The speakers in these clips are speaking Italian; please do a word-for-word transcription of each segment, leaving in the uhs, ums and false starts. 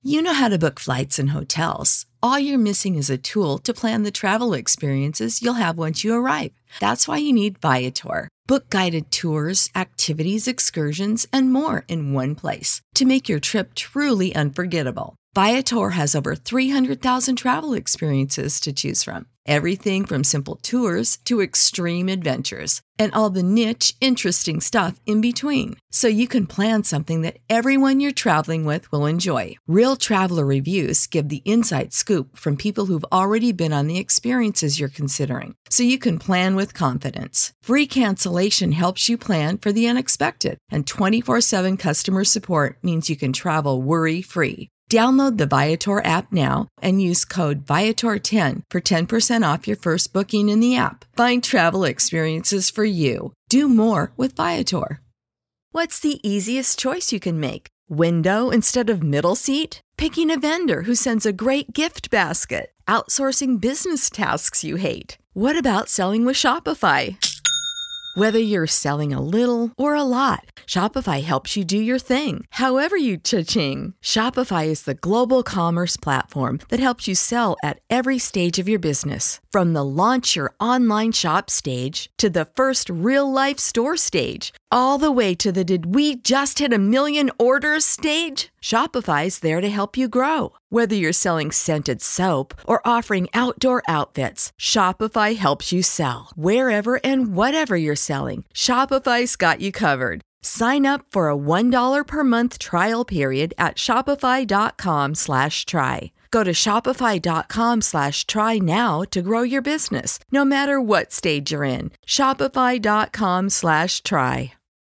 You know how to book flights and hotels. All you're missing is a tool to plan the travel experiences you'll have once you arrive. That's why you need Viator. Book guided tours, activities, excursions, and more in one place to make your trip truly unforgettable. Viator has over three hundred thousand travel experiences to choose from. Everything from simple tours to extreme adventures and all the niche, interesting stuff in between. So you can plan something that everyone you're traveling with will enjoy. Real traveler reviews give the inside scoop from people who've already been on the experiences you're considering. So you can plan with confidence. Free cancellation helps you plan for the unexpected. And twenty-four seven customer support means you can travel worry-free. Download the Viator app now and use code Viator ten for ten percent off your first booking in the app. Find travel experiences for you. Do more with Viator. What's the easiest choice you can make? Window instead of middle seat? Picking a vendor who sends a great gift basket? Outsourcing business tasks you hate? What about selling with Shopify? Whether you're selling a little or a lot, Shopify helps you do your thing, however you cha-ching. Shopify is the global commerce platform that helps you sell at every stage of your business. From the launch your online shop stage to the first real-life store stage, all the way to the did we just hit a million orders stage? Shopify's there to help you grow. Whether you're selling scented soap or offering outdoor outfits, Shopify helps you sell. Wherever and whatever you're selling, Shopify's got you covered. Sign up for a one dollar per month trial period at shopify.com slash try. Go to shopify.com slash try now to grow your business, no matter what stage you're in. Shopify.com slash try.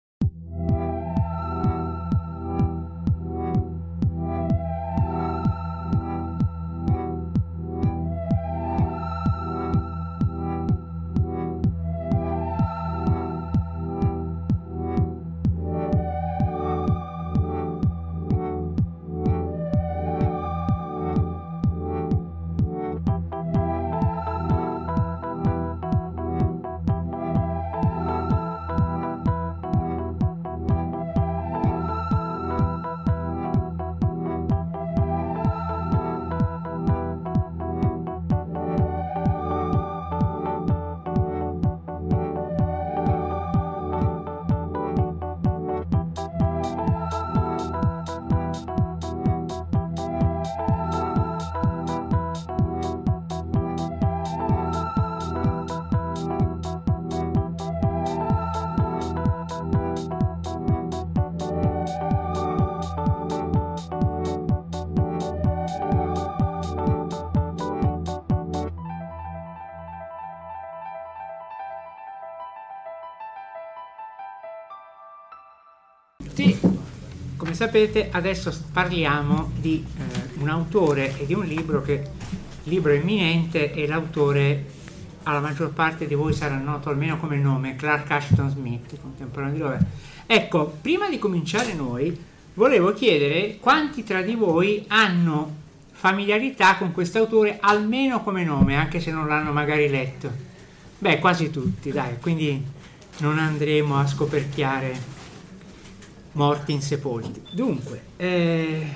Sì, come sapete adesso parliamo di eh, un autore e di un libro che il libro è imminente e l'autore alla maggior parte di voi sarà noto almeno come nome, Clark Ashton Smith, contemporaneo di Lovell. Ecco, prima di cominciare noi volevo chiedere quanti tra di voi hanno familiarità con quest'autore almeno come nome, anche se non l'hanno magari letto. Beh, quasi tutti, dai, quindi non andremo a scoperchiare morti insepolti. Dunque, eh,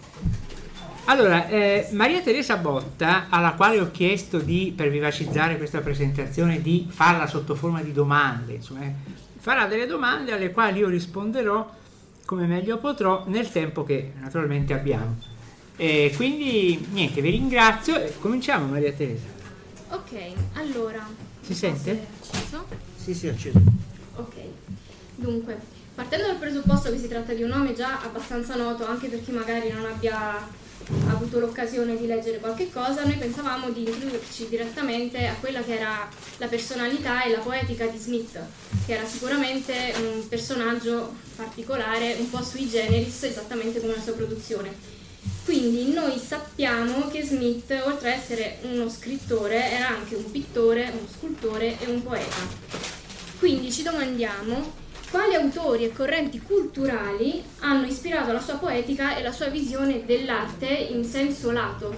allora, eh, Maria Teresa Botta, alla quale ho chiesto di, per vivacizzare questa presentazione, di farla sotto forma di domande, insomma, eh, farà delle domande alle quali io risponderò come meglio potrò nel tempo che naturalmente abbiamo. E quindi, niente, vi ringrazio e cominciamo, Maria Teresa. Ok, allora... Si sente? Acceso? Sì, sì, acceso. Ok, dunque... Partendo dal presupposto che si tratta di un nome già abbastanza noto anche per chi magari non abbia avuto l'occasione di leggere qualche cosa, noi pensavamo di introdurci direttamente a quella che era la personalità e la poetica di Smith, che era sicuramente un personaggio particolare, un po' sui generis, esattamente come la sua produzione. Quindi noi sappiamo che Smith, oltre ad essere uno scrittore, era anche un pittore, uno scultore e un poeta. Quindi ci domandiamo quali autori e correnti culturali hanno ispirato la sua poetica e la sua visione dell'arte in senso lato?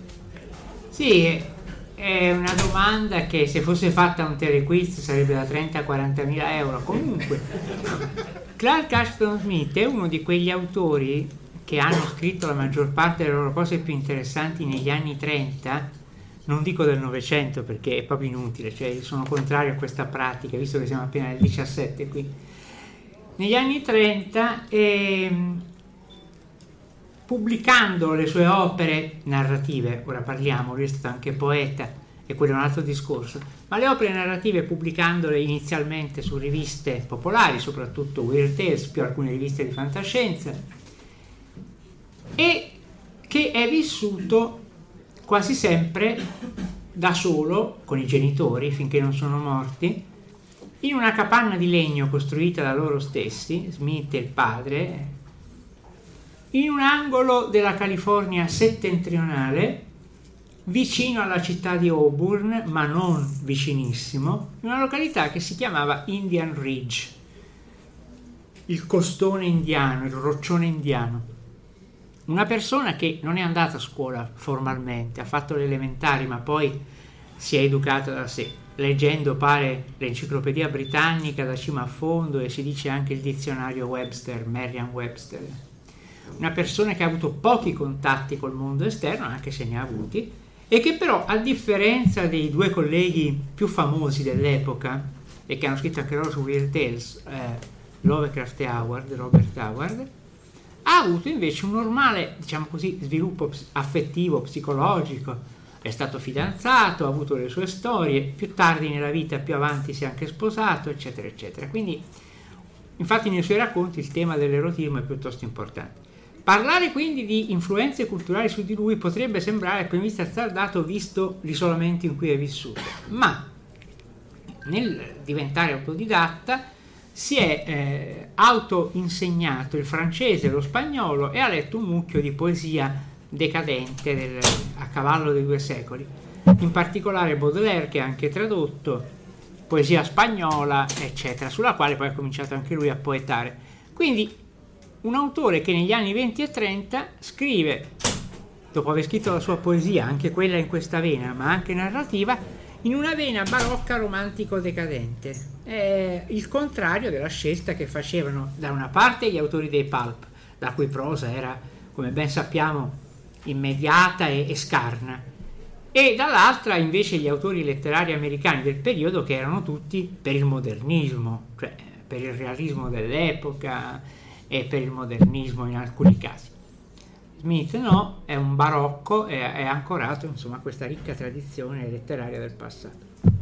Sì, è una domanda che se fosse fatta un telequiz sarebbe da trenta a quarantamila euro. Comunque, Clark Ashton Smith è uno di quegli autori che hanno scritto la maggior parte delle loro cose più interessanti negli anni trenta, non dico del Novecento perché è proprio inutile, cioè sono contrario a questa pratica, visto che siamo appena nel diciassette qui. Negli anni trenta, ehm, pubblicando le sue opere narrative, ora parliamo, lui è stato anche poeta e quello è un altro discorso, ma le opere narrative pubblicandole inizialmente su riviste popolari, soprattutto Weird Tales, più alcune riviste di fantascienza, e che è vissuto quasi sempre da solo, con i genitori, finché non sono morti, in una capanna di legno costruita da loro stessi, Smith e il padre, in un angolo della California settentrionale, vicino alla città di Auburn, ma non vicinissimo, in una località che si chiamava Indian Ridge, il costone indiano, il roccione indiano. Una persona che non è andata a scuola formalmente, ha fatto le elementari, ma poi si è educata da sé, leggendo pare l'enciclopedia britannica da cima a fondo e si dice anche il dizionario Webster, Merriam-Webster. Una persona che ha avuto pochi contatti col mondo esterno, anche se ne ha avuti, e che però, a differenza dei due colleghi più famosi dell'epoca, e che hanno scritto anche loro su Weird Tales, eh, Lovecraft e Howard, Robert Howard, ha avuto invece un normale, diciamo così, sviluppo affettivo, psicologico, è stato fidanzato, ha avuto le sue storie, più tardi nella vita, più avanti si è anche sposato, eccetera, eccetera. Quindi, infatti nei suoi racconti il tema dell'erotismo è piuttosto importante. Parlare quindi di influenze culturali su di lui potrebbe sembrare a prima vista azzardato visto l'isolamento in cui è vissuto, ma nel diventare autodidatta si è eh, auto-insegnato il francese e lo spagnolo e ha letto un mucchio di poesia decadente del, a cavallo dei due secoli, in particolare Baudelaire, che ha anche tradotto, poesia spagnola, eccetera, sulla quale poi ha cominciato anche lui a poetare. Quindi un autore che negli anni venti e trenta scrive, dopo aver scritto la sua poesia, anche quella in questa vena, ma anche narrativa, in una vena barocca romantico-decadente. È il contrario della scelta che facevano da una parte gli autori dei pulp, la cui prosa era, come ben sappiamo, immediata e, e scarna, e dall'altra invece gli autori letterari americani del periodo, che erano tutti per il modernismo, cioè per il realismo dell'epoca e per il modernismo in alcuni casi. Smith no, è un barocco e è ancorato insomma a questa ricca tradizione letteraria del passato.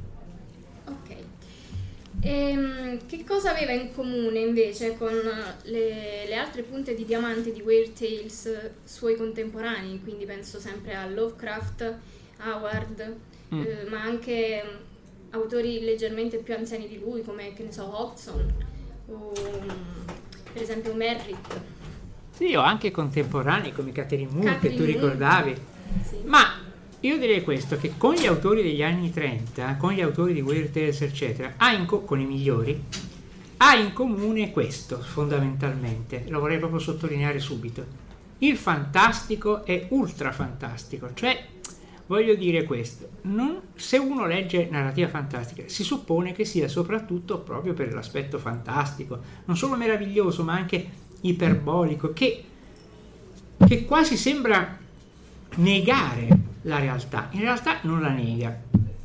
Ok. Ehm, che cosa aveva in comune invece con le, le altre punte di diamante di Weird Tales suoi contemporanei? Quindi penso sempre a Lovecraft, Howard, mm. eh, ma anche autori leggermente più anziani di lui come, che ne so, Hodgson o per esempio Merritt. Sì, o anche contemporanei come Catherine Moore, Catherine che tu Moore. ricordavi. Sì. Ma io direi questo, che con gli autori degli anni trenta, con gli autori di Weird Tales, eccetera, ha in co- con i migliori, ha in comune questo, fondamentalmente, lo vorrei proprio sottolineare subito. Il fantastico è ultra fantastico, cioè, voglio dire questo, non, se uno legge narrativa fantastica, si suppone che sia soprattutto proprio per l'aspetto fantastico, non solo meraviglioso, ma anche iperbolico, che, che quasi sembra negare la realtà. In realtà non la nega,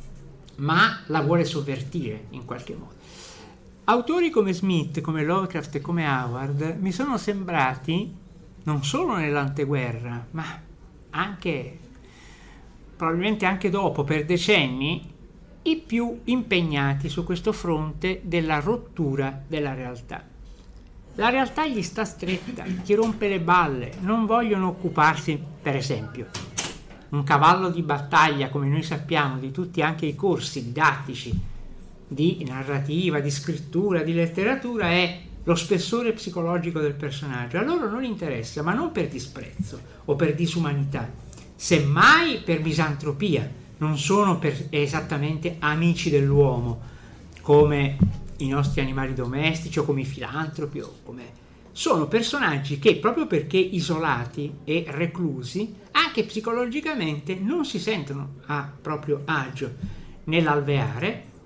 ma la vuole sovvertire in qualche modo. Autori come Smith, come Lovecraft e come Howard mi sono sembrati, non solo nell'anteguerra, ma anche, probabilmente anche dopo, per decenni, i più impegnati su questo fronte della rottura della realtà. La realtà gli sta stretta, gli rompe le balle, non vogliono occuparsi, per esempio, un cavallo di battaglia, come noi sappiamo, di tutti anche i corsi didattici di narrativa, di scrittura, di letteratura, è lo spessore psicologico del personaggio. A loro non interessa, ma non per disprezzo o per disumanità, semmai per misantropia. Non sono per esattamente amici dell'uomo, come i nostri animali domestici o come i filantropi o come... sono personaggi che proprio perché isolati e reclusi anche psicologicamente non si sentono a proprio agio nell'alveare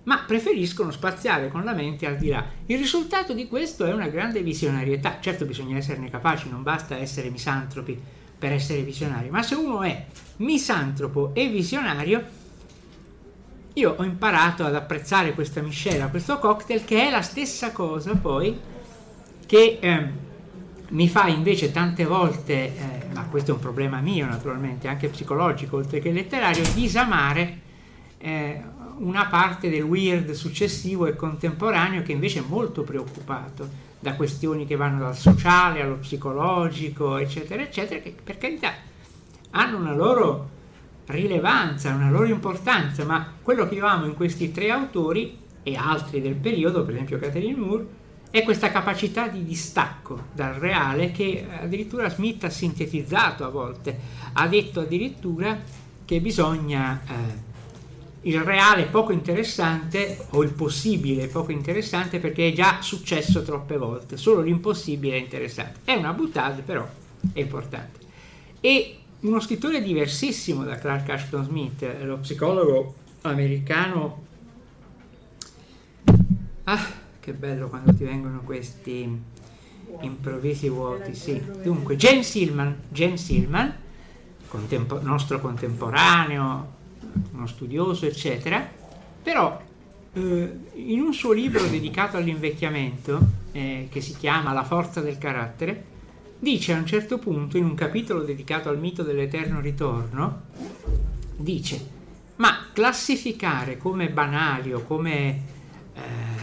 ma preferiscono spaziare con la mente al di là. Il risultato di questo è una grande visionarietà. Certo, bisogna esserne capaci, non basta essere misantropi per essere visionari, ma se uno è misantropo e visionario, io ho imparato ad apprezzare questa miscela, questo cocktail, che è la stessa cosa poi che eh, mi fa invece tante volte, eh, ma questo è un problema mio naturalmente, anche psicologico oltre che letterario, disamare eh, una parte del weird successivo e contemporaneo che invece è molto preoccupato da questioni che vanno dal sociale allo psicologico, eccetera, eccetera, che per carità hanno una loro rilevanza, una loro importanza, ma quello che io amo in questi tre autori e altri del periodo, per esempio Catherine Moore, è questa capacità di distacco dal reale che addirittura Smith ha sintetizzato a volte. Ha detto addirittura che bisogna eh, il reale poco interessante o il possibile poco interessante perché è già successo troppe volte, solo l'impossibile è interessante. È una boutade, però è importante. E uno scrittore diversissimo da Clark Ashton Smith, lo psicologo americano. Ah, che bello quando ti vengono questi improvvisi vuoti, sì. Dunque, James Hillman, James Hillman, contempo- nostro contemporaneo, uno studioso, eccetera, però eh, in un suo libro dedicato all'invecchiamento, eh, che si chiama La forza del carattere, dice a un certo punto, in un capitolo dedicato al mito dell'eterno ritorno, dice: ma classificare come banali o come eh,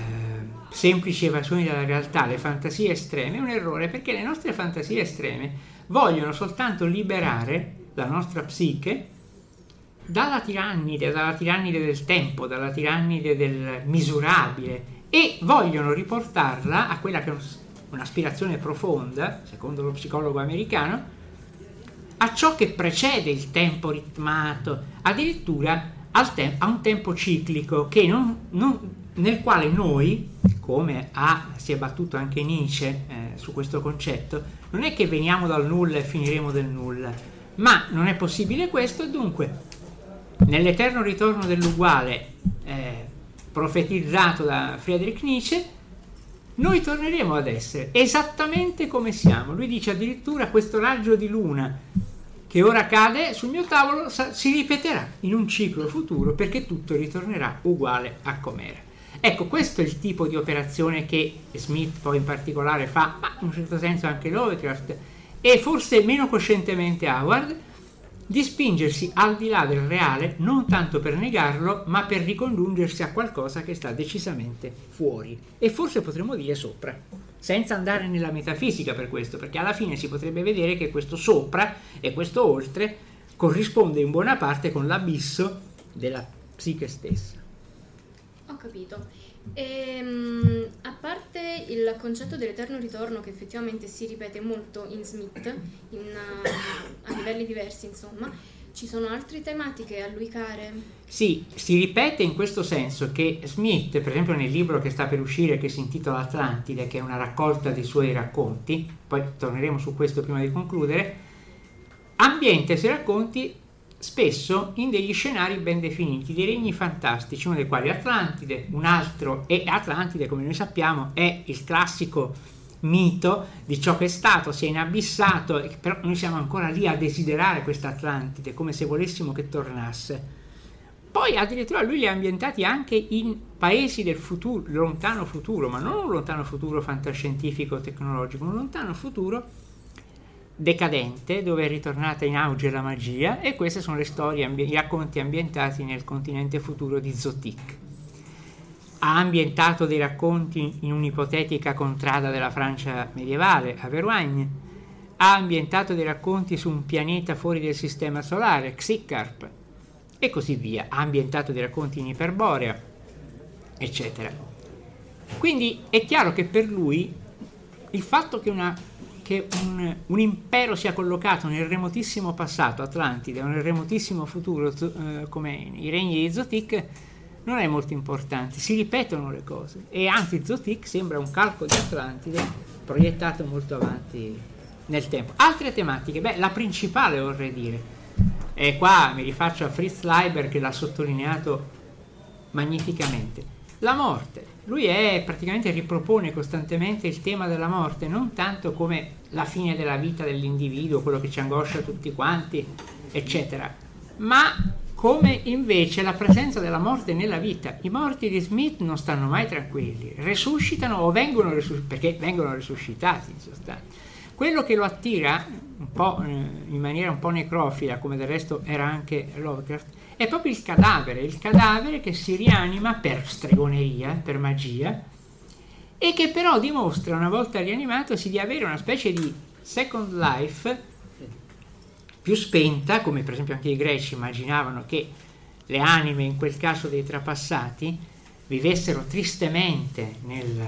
semplici evasioni dalla realtà le fantasie estreme è un errore, perché le nostre fantasie estreme vogliono soltanto liberare la nostra psiche dalla tirannide, dalla tirannide del tempo, dalla tirannide del misurabile, e vogliono riportarla a quella che è un'aspirazione profonda, secondo lo psicologo americano, a ciò che precede il tempo ritmato, addirittura al te- a un tempo ciclico che non, non, nel quale noi, come ha, si è battuto anche Nietzsche eh, su questo concetto, non è che veniamo dal nulla e finiremo del nulla, ma non è possibile questo, e dunque nell'eterno ritorno dell'uguale eh, profetizzato da Friedrich Nietzsche, noi torneremo ad essere esattamente come siamo. Lui dice addirittura: questo raggio di luna che ora cade sul mio tavolo sa- si ripeterà in un ciclo futuro, perché tutto ritornerà uguale a com'era. Ecco, questo è il tipo di operazione che Smith poi in particolare fa, ma in un certo senso anche Lovecraft, e forse meno coscientemente Howard, di spingersi al di là del reale, non tanto per negarlo, ma per ricongiungersi a qualcosa che sta decisamente fuori, e forse potremmo dire sopra, senza andare nella metafisica per questo, perché alla fine si potrebbe vedere che questo sopra e questo oltre corrisponde in buona parte con l'abisso della psiche stessa. Ho capito. E, a parte il concetto dell'eterno ritorno, che effettivamente si ripete molto in Smith, in, uh, a livelli diversi insomma, ci sono altre tematiche a lui care? Sì, si ripete in questo senso che Smith, per esempio nel libro che sta per uscire, che si intitola Atlantide, che è una raccolta dei suoi racconti, poi torneremo su questo prima di concludere, ambienta i suoi racconti spesso in degli scenari ben definiti, dei regni fantastici, uno dei quali Atlantide, un altro, e Atlantide, come noi sappiamo, è il classico mito di ciò che è stato, si è inabissato, però noi siamo ancora lì a desiderare questa Atlantide, come se volessimo che tornasse. Poi addirittura lui li ha ambientati anche in paesi del futuro, lontano futuro, ma non un lontano futuro fantascientifico tecnologico, un lontano futuro decadente, dove è ritornata in auge la magia, e queste sono le storie, i racconti ambientati nel continente futuro di Zotic. Ha ambientato dei racconti in un'ipotetica contrada della Francia medievale, a Verognes. Ha ambientato dei racconti su un pianeta fuori del sistema solare, Xicarp, e così via. Ha ambientato dei racconti in Iperborea, eccetera. Quindi è chiaro che per lui il fatto che una che un, un impero sia collocato nel remotissimo passato, Atlantide, o nel remotissimo futuro, eh, come i regni di Zotic, non è molto importante. Si ripetono le cose, e anzi Zotic sembra un calco di Atlantide proiettato molto avanti nel tempo. Altre tematiche, beh, la principale vorrei dire, e qua mi rifaccio a Fritz Leiber, che l'ha sottolineato magnificamente. La morte, lui è praticamente ripropone costantemente il tema della morte, non tanto come la fine della vita dell'individuo, quello che ci angoscia tutti quanti, eccetera, ma come invece la presenza della morte nella vita. I morti di Smith non stanno mai tranquilli, resuscitano o vengono resuscitati, perché vengono resuscitati in sostanza. Quello che lo attira un po' in maniera un po' necrofila, come del resto era anche Lovecraft, è proprio il cadavere, il cadavere che si rianima per stregoneria, per magia, e che però dimostra, una volta rianimato, di avere una specie di second life più spenta, come per esempio anche i greci immaginavano che le anime, in quel caso dei trapassati, vivessero tristemente nel,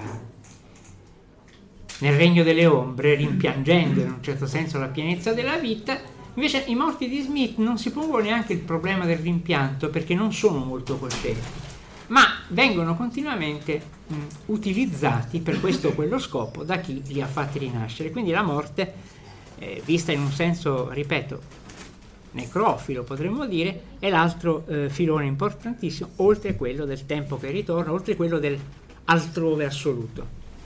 nel regno delle ombre, rimpiangendo in un certo senso la pienezza della vita. Invece i morti di Smith non si pongono neanche il problema del rimpianto, perché non sono molto coscienti, ma vengono continuamente mh, utilizzati per questo o quello scopo da chi li ha fatti rinascere. Quindi la morte, eh, vista in un senso, ripeto, necrofilo potremmo dire, è l'altro eh, filone importantissimo, oltre quello del tempo che ritorna, oltre quello del altrove assoluto.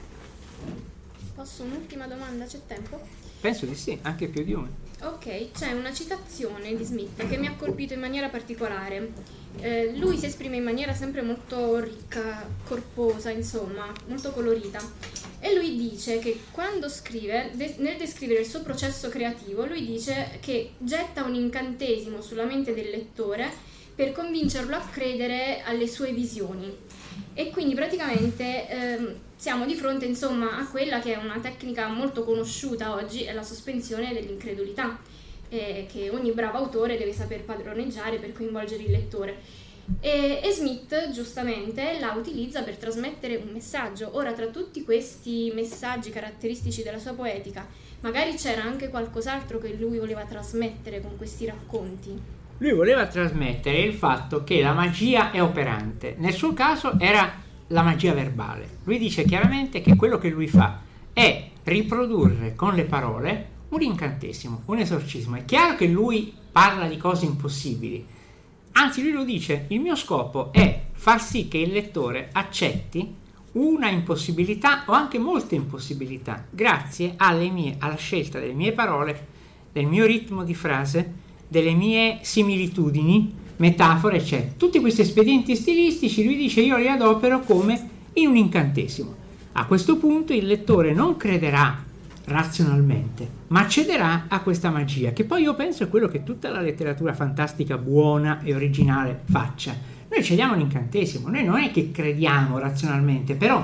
Posso un'ultima domanda, c'è tempo? Penso di sì, anche più di una. Ok, c'è una citazione di Smith che mi ha colpito in maniera particolare. Eh, lui si esprime in maniera sempre molto ricca, corposa, insomma, molto colorita. E lui dice che quando scrive, de- nel descrivere il suo processo creativo, lui dice che getta un incantesimo sulla mente del lettore per convincerlo a credere alle sue visioni. E quindi praticamente ehm, siamo di fronte, insomma, a quella che è una tecnica molto conosciuta oggi, è la sospensione dell'incredulità, eh, che ogni bravo autore deve saper padroneggiare per coinvolgere il lettore. E, e Smith giustamente la utilizza per trasmettere un messaggio. Ora, tra tutti questi messaggi caratteristici della sua poetica, magari c'era anche qualcos'altro che lui voleva trasmettere con questi racconti. Lui voleva trasmettere il fatto che la magia è operante. Nel suo caso era la magia verbale. Lui dice chiaramente che quello che lui fa è riprodurre con le parole un incantesimo, un esorcismo. È chiaro che lui parla di cose impossibili. Anzi, lui lo dice: il mio scopo è far sì che il lettore accetti una impossibilità o anche molte impossibilità grazie alle mie, alla scelta delle mie parole, del mio ritmo di frase, delle mie similitudini, metafore, eccetera. Tutti questi espedienti stilistici, lui dice, io li adopero come in un incantesimo. A questo punto il lettore non crederà razionalmente, ma cederà a questa magia, che poi io penso è quello che tutta la letteratura fantastica buona e originale faccia. Noi cediamo l'incantesimo, noi non è che crediamo razionalmente, però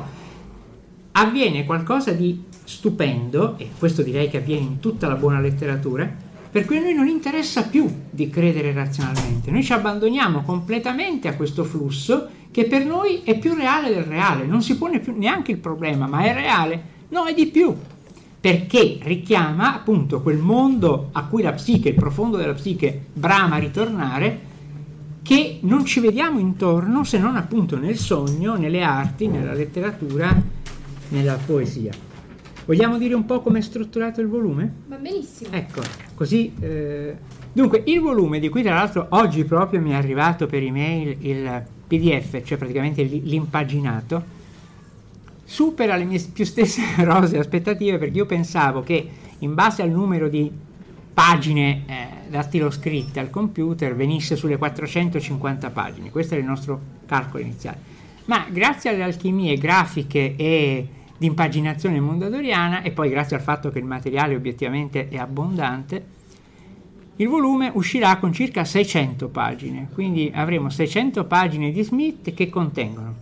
avviene qualcosa di stupendo, e questo direi che avviene in tutta la buona letteratura, per cui a noi non interessa più di credere razionalmente, noi ci abbandoniamo completamente a questo flusso che per noi è più reale del reale, non si pone più neanche il problema, ma è reale? No, è di più, perché richiama appunto quel mondo a cui la psiche, il profondo della psiche, brama a ritornare, che non ci vediamo intorno se non appunto nel sogno, nelle arti, nella letteratura, nella poesia. Vogliamo dire un po' come è strutturato il volume? Va benissimo. Ecco, così... Eh, dunque, il volume, di cui tra l'altro oggi proprio mi è arrivato per email il P D F, cioè praticamente l'impaginato, supera le mie più stesse rosee aspettative, perché io pensavo che in base al numero di pagine eh, dattiloscritte al computer venisse sulle quattrocentocinquanta pagine. Questo era il nostro calcolo iniziale. Ma grazie alle alchimie grafiche e di impaginazione mondadoriana, e poi grazie al fatto che il materiale obiettivamente è abbondante, il volume uscirà con circa seicento pagine, quindi avremo seicento pagine di Smith che contengono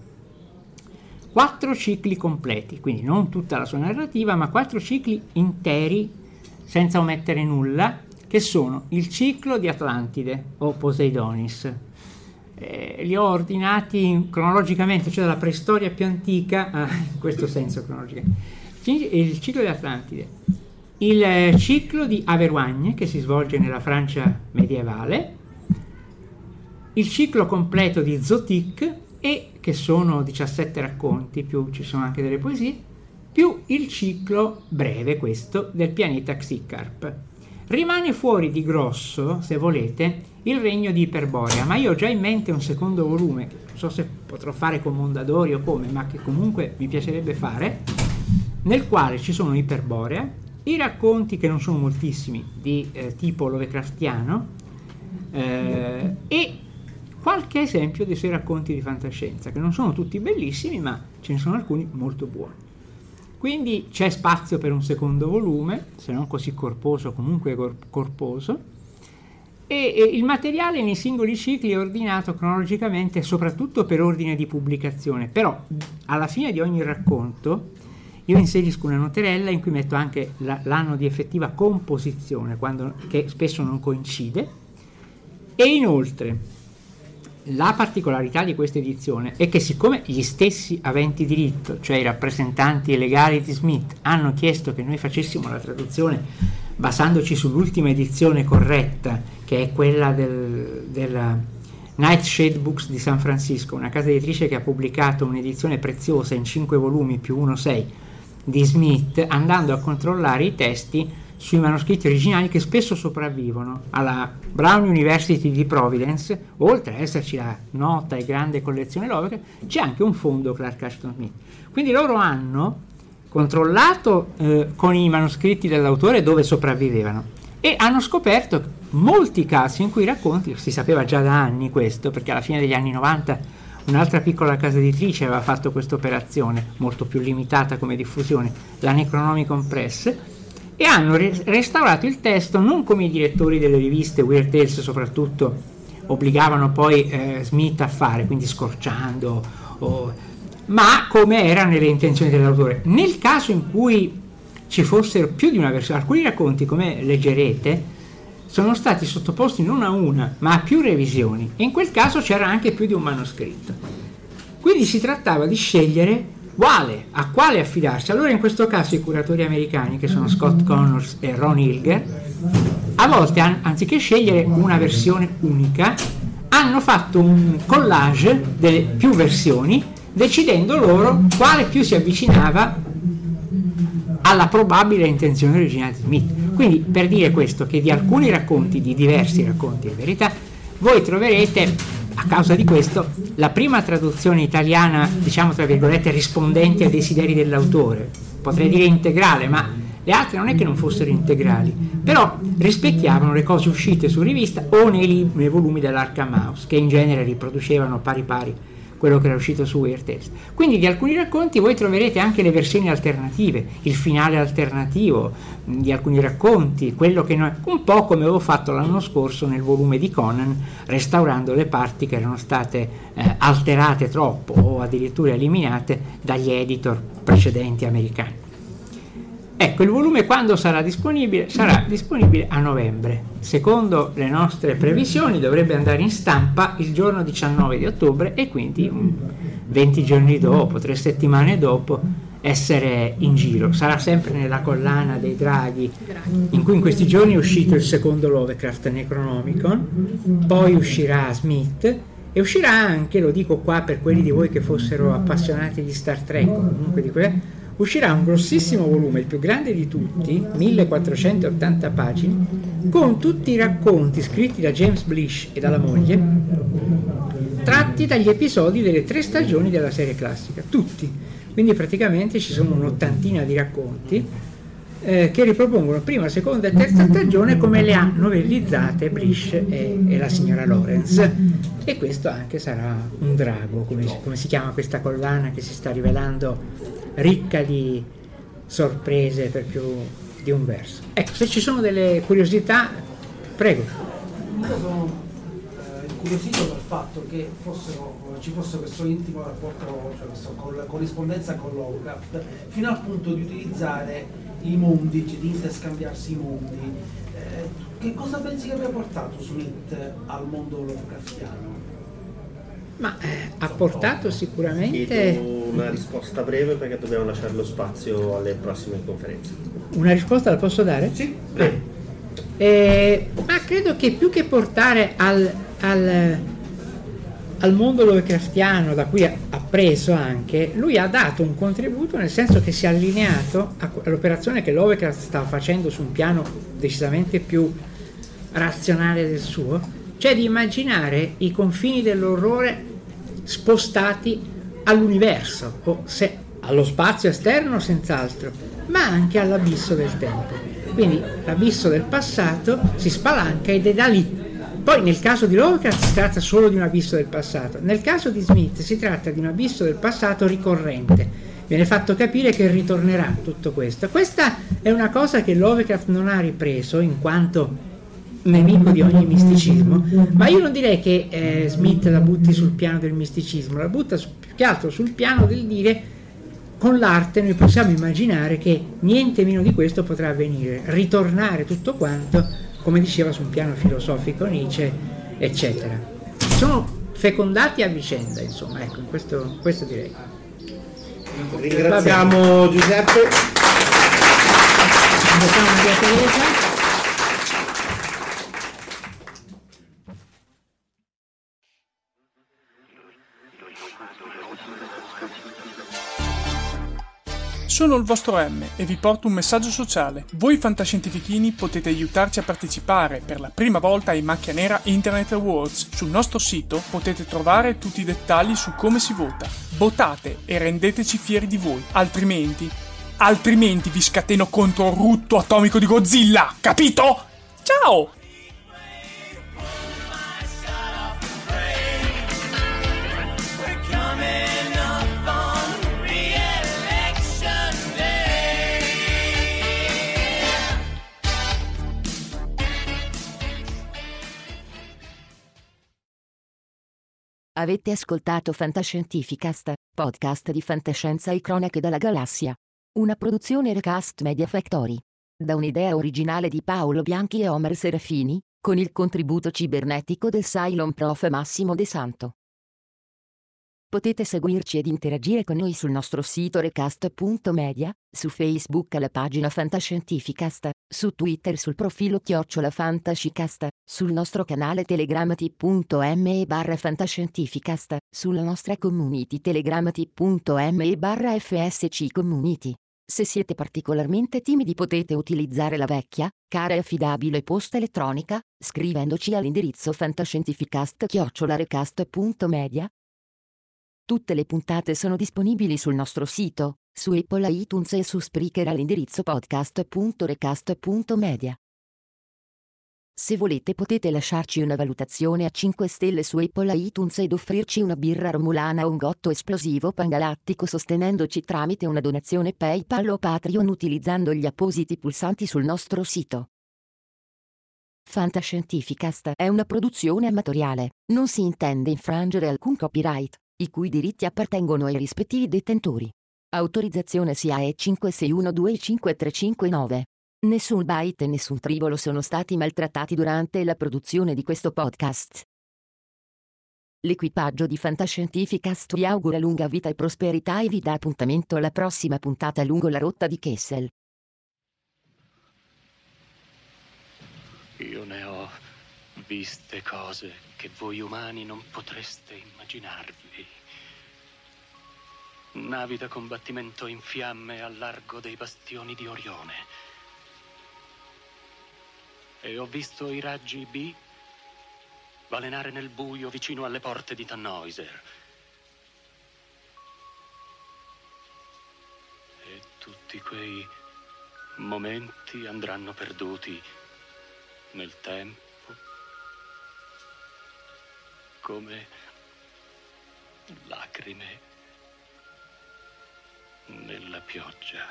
quattro cicli completi, quindi non tutta la sua narrativa, ma quattro cicli interi senza omettere nulla, che sono il ciclo di Atlantide o Poseidonis. Eh, li ho ordinati cronologicamente, cioè dalla preistoria più antica, ah, in questo senso cronologicamente. Il ciclo di Atlantide, il eh, ciclo di Averroigne, che si svolge nella Francia medievale, il ciclo completo di Zotique, e che sono diciassette racconti, più ci sono anche delle poesie, più il ciclo breve, questo, del pianeta Xicarp. Rimane fuori di grosso, se volete, il regno di Iperborea, ma io ho già in mente un secondo volume, che non so se potrò fare con Mondadori o come, ma che comunque mi piacerebbe fare, nel quale ci sono Iperborea, i racconti, che non sono moltissimi, di eh, tipo Lovecraftiano, eh, e qualche esempio dei suoi racconti di fantascienza, che non sono tutti bellissimi, ma ce ne sono alcuni molto buoni. Quindi c'è spazio per un secondo volume, se non così corposo, comunque corposo, e, e il materiale nei singoli cicli è ordinato cronologicamente, soprattutto per ordine di pubblicazione, però alla fine di ogni racconto io inserisco una noterella in cui metto anche la, l'anno di effettiva composizione, quando, che spesso non coincide, e inoltre la particolarità di questa edizione è che, siccome gli stessi aventi diritto, cioè i rappresentanti legali di Smith, hanno chiesto che noi facessimo la traduzione basandoci sull'ultima edizione corretta, che è quella del, della Nightshade Books di San Francisco, una casa editrice che ha pubblicato un'edizione preziosa in cinque volumi più uno sei di Smith, andando a controllare i testi sui manoscritti originali che spesso sopravvivono alla Brown University di Providence. Oltre ad esserci la nota e grande collezione Lovecraft, c'è anche un fondo Clark Ashton Smith. Quindi loro hanno controllato eh, con i manoscritti dell'autore dove sopravvivevano, e hanno scoperto molti casi in cui i racconti, si sapeva già da anni questo, perché alla fine degli anni novanta un'altra piccola casa editrice aveva fatto questa operazione, molto più limitata come diffusione, la Necronomicon Press, e hanno re- restaurato il testo non come i direttori delle riviste Weird Tales soprattutto obbligavano poi eh, Smith a fare, quindi scorciando, o, ma come era nelle intenzioni dell'autore. Nel caso in cui ci fossero più di una versione, alcuni racconti, come leggerete, sono stati sottoposti non a una ma a più revisioni, e in quel caso c'era anche più di un manoscritto, quindi si trattava di scegliere quale, a quale affidarsi. Allora in questo caso i curatori americani, che sono Scott Connors e Ron Hilger, a volte an- anziché scegliere una versione unica, hanno fatto un collage delle più versioni, decidendo loro quale più si avvicinava alla probabile intenzione originale di Smith. Quindi, per dire questo, che di alcuni racconti, di diversi racconti in verità, voi troverete, a causa di questo, la prima traduzione italiana, diciamo tra virgolette, rispondente ai desideri dell'autore, potrei dire integrale, ma le altre non è che non fossero integrali, però rispecchiavano le cose uscite su rivista o nei, li- nei volumi dell'Arkham House, che in genere riproducevano pari pari quello che era uscito su Weird Tales. Quindi di alcuni racconti voi troverete anche le versioni alternative, il finale alternativo di alcuni racconti, quello che noi, un po' come avevo fatto l'anno scorso nel volume di Conan, restaurando le parti che erano state eh, alterate troppo o addirittura eliminate dagli editor precedenti americani. Ecco, il volume quando sarà disponibile? Sarà disponibile a novembre. Secondo le nostre previsioni dovrebbe andare in stampa il giorno diciannove di ottobre e quindi venti giorni dopo, tre settimane dopo, essere in giro. Sarà sempre nella collana dei draghi, in cui in questi giorni è uscito il secondo Lovecraft Necronomicon, poi uscirà Smith e uscirà anche, lo dico qua per quelli di voi che fossero appassionati di Star Trek, comunque di que- uscirà un grossissimo volume, il più grande di tutti, millequattrocentottanta pagine, con tutti i racconti scritti da James Blish e dalla moglie, tratti dagli episodi delle tre stagioni della serie classica, tutti. Quindi praticamente ci sono un'ottantina di racconti eh, che ripropongono prima, seconda e terza stagione come le ha novellizzate Blish e, e la signora Lawrence. E questo anche sarà un drago, come, come si chiama questa collana che si sta rivelando ricca di sorprese per più di un verso. Ecco, se ci sono delle curiosità, prego. Io sono eh, incuriosito dal fatto che fossero, ci fosse questo intimo rapporto, cioè questa corrispondenza con Lovecraft, fino al punto di utilizzare i mondi, cioè di interscambiarsi i mondi. Eh, che cosa pensi che abbia portato Smith al mondo Lovecraftiano? Ma eh, ha portato sicuramente... Chiedo una risposta breve perché dobbiamo lasciare lo spazio alle prossime conferenze. Una risposta la posso dare? Sì. Eh. Eh, ma credo che più che portare al, al al mondo Lovecraftiano, da cui ha preso anche, lui ha dato un contributo, nel senso che si è allineato all'operazione che Lovecraft stava facendo su un piano decisamente più razionale del suo, cioè di immaginare i confini dell'orrore spostati all'universo, o se, allo spazio esterno senz'altro, ma anche all'abisso del tempo. Quindi l'abisso del passato si spalanca ed è da lì. Poi nel caso di Lovecraft si tratta solo di un abisso del passato, nel caso di Smith si tratta di un abisso del passato ricorrente. Viene fatto capire che ritornerà tutto questo. Questa è una cosa che Lovecraft non ha ripreso in quanto nemico di ogni misticismo, ma io non direi che eh, Smith la butti sul piano del misticismo, la butta più che altro sul piano del dire: con l'arte noi possiamo immaginare che niente meno di questo potrà avvenire, ritornare tutto quanto, come diceva, su un piano filosofico Nietzsche, eccetera. Sono fecondati a vicenda, insomma, ecco, questo, questo direi. Ringraziamo Giuseppe. Ringraziamo Maria Teresa. Sono il vostro M e vi porto un messaggio sociale. Voi fantascientifichini potete aiutarci a partecipare per la prima volta ai Macchia Nera Internet Awards. Sul nostro sito potete trovare tutti i dettagli su come si vota. Votate e rendeteci fieri di voi, altrimenti, altrimenti vi scateno contro il rutto atomico di Godzilla, capito? Ciao! Avete ascoltato Fantascientificast, podcast di fantascienza e cronache dalla galassia. Una produzione Recast Media Factory. Da un'idea originale di Paolo Bianchi e Omer Serafini, con il contributo cibernetico del Cylon Prof Massimo De Santo. Potete seguirci ed interagire con noi sul nostro sito recast punto media, su Facebook alla pagina Fantascientificast, su Twitter sul profilo chiocciola Fantascicast, sul nostro canale Telegram t punto me barra Fantascientificast, sulla nostra community Telegram t punto me barra fsc community. Se siete particolarmente timidi potete utilizzare la vecchia, cara e affidabile posta elettronica, scrivendoci all'indirizzo fantascientificast chiocciola recast punto media. Tutte le puntate sono disponibili sul nostro sito, su Apple iTunes e su Spreaker all'indirizzo podcast punto recast punto media. Se volete potete lasciarci una valutazione a cinque stelle su Apple iTunes ed offrirci una birra romulana o un gotto esplosivo pangalattico sostenendoci tramite una donazione PayPal o Patreon utilizzando gli appositi pulsanti sul nostro sito. Fantascientificast è una produzione amatoriale, non si intende infrangere alcun copyright, i cui diritti appartengono ai rispettivi detentori. Autorizzazione S I A E cinque sei uno due cinque tre cinque nove. Nessun byte e nessun tribolo sono stati maltrattati durante la produzione di questo podcast. L'equipaggio di Fantascientificast vi augura lunga vita e prosperità e vi dà appuntamento alla prossima puntata lungo la rotta di Kessel. Io ne ho viste cose che voi umani non potreste immaginarvi. Navi da combattimento in fiamme al largo dei bastioni di Orione. E ho visto i raggi B balenare nel buio vicino alle porte di Tannhäuser. E tutti quei momenti andranno perduti nel tempo, come lacrime nella pioggia.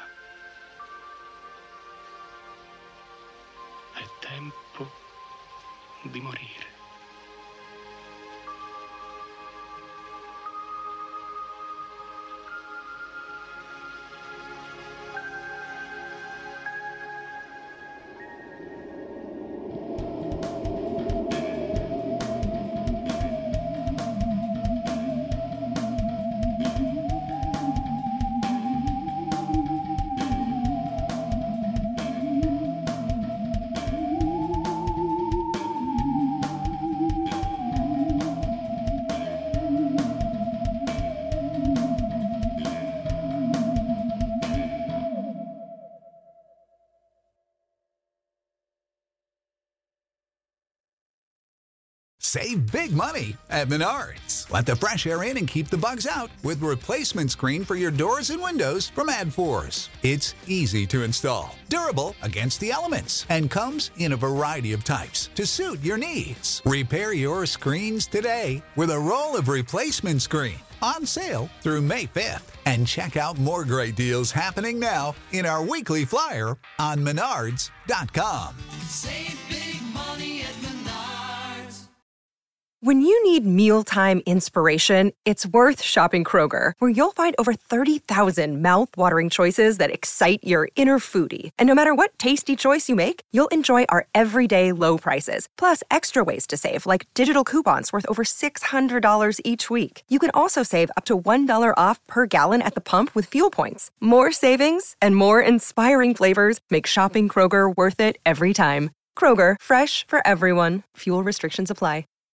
È tempo di morire. Save big money at Menards. Let the fresh air in and keep the bugs out with replacement screen for your doors and windows from AdForce. It's easy to install, durable against the elements, and comes in a variety of types to suit your needs. Repair your screens today with a roll of replacement screen on sale through May fifth. And check out more great deals happening now in our weekly flyer on menards dot com. Save big money at Menards. When you need mealtime inspiration, it's worth shopping Kroger, where you'll find over thirty thousand mouth-watering choices that excite your inner foodie. And no matter what tasty choice you make, you'll enjoy our everyday low prices, plus extra ways to save, like digital coupons worth over six hundred dollars each week. You can also save up to one dollar off per gallon at the pump with fuel points. More savings and more inspiring flavors make shopping Kroger worth it every time. Kroger, fresh for everyone. Fuel restrictions apply.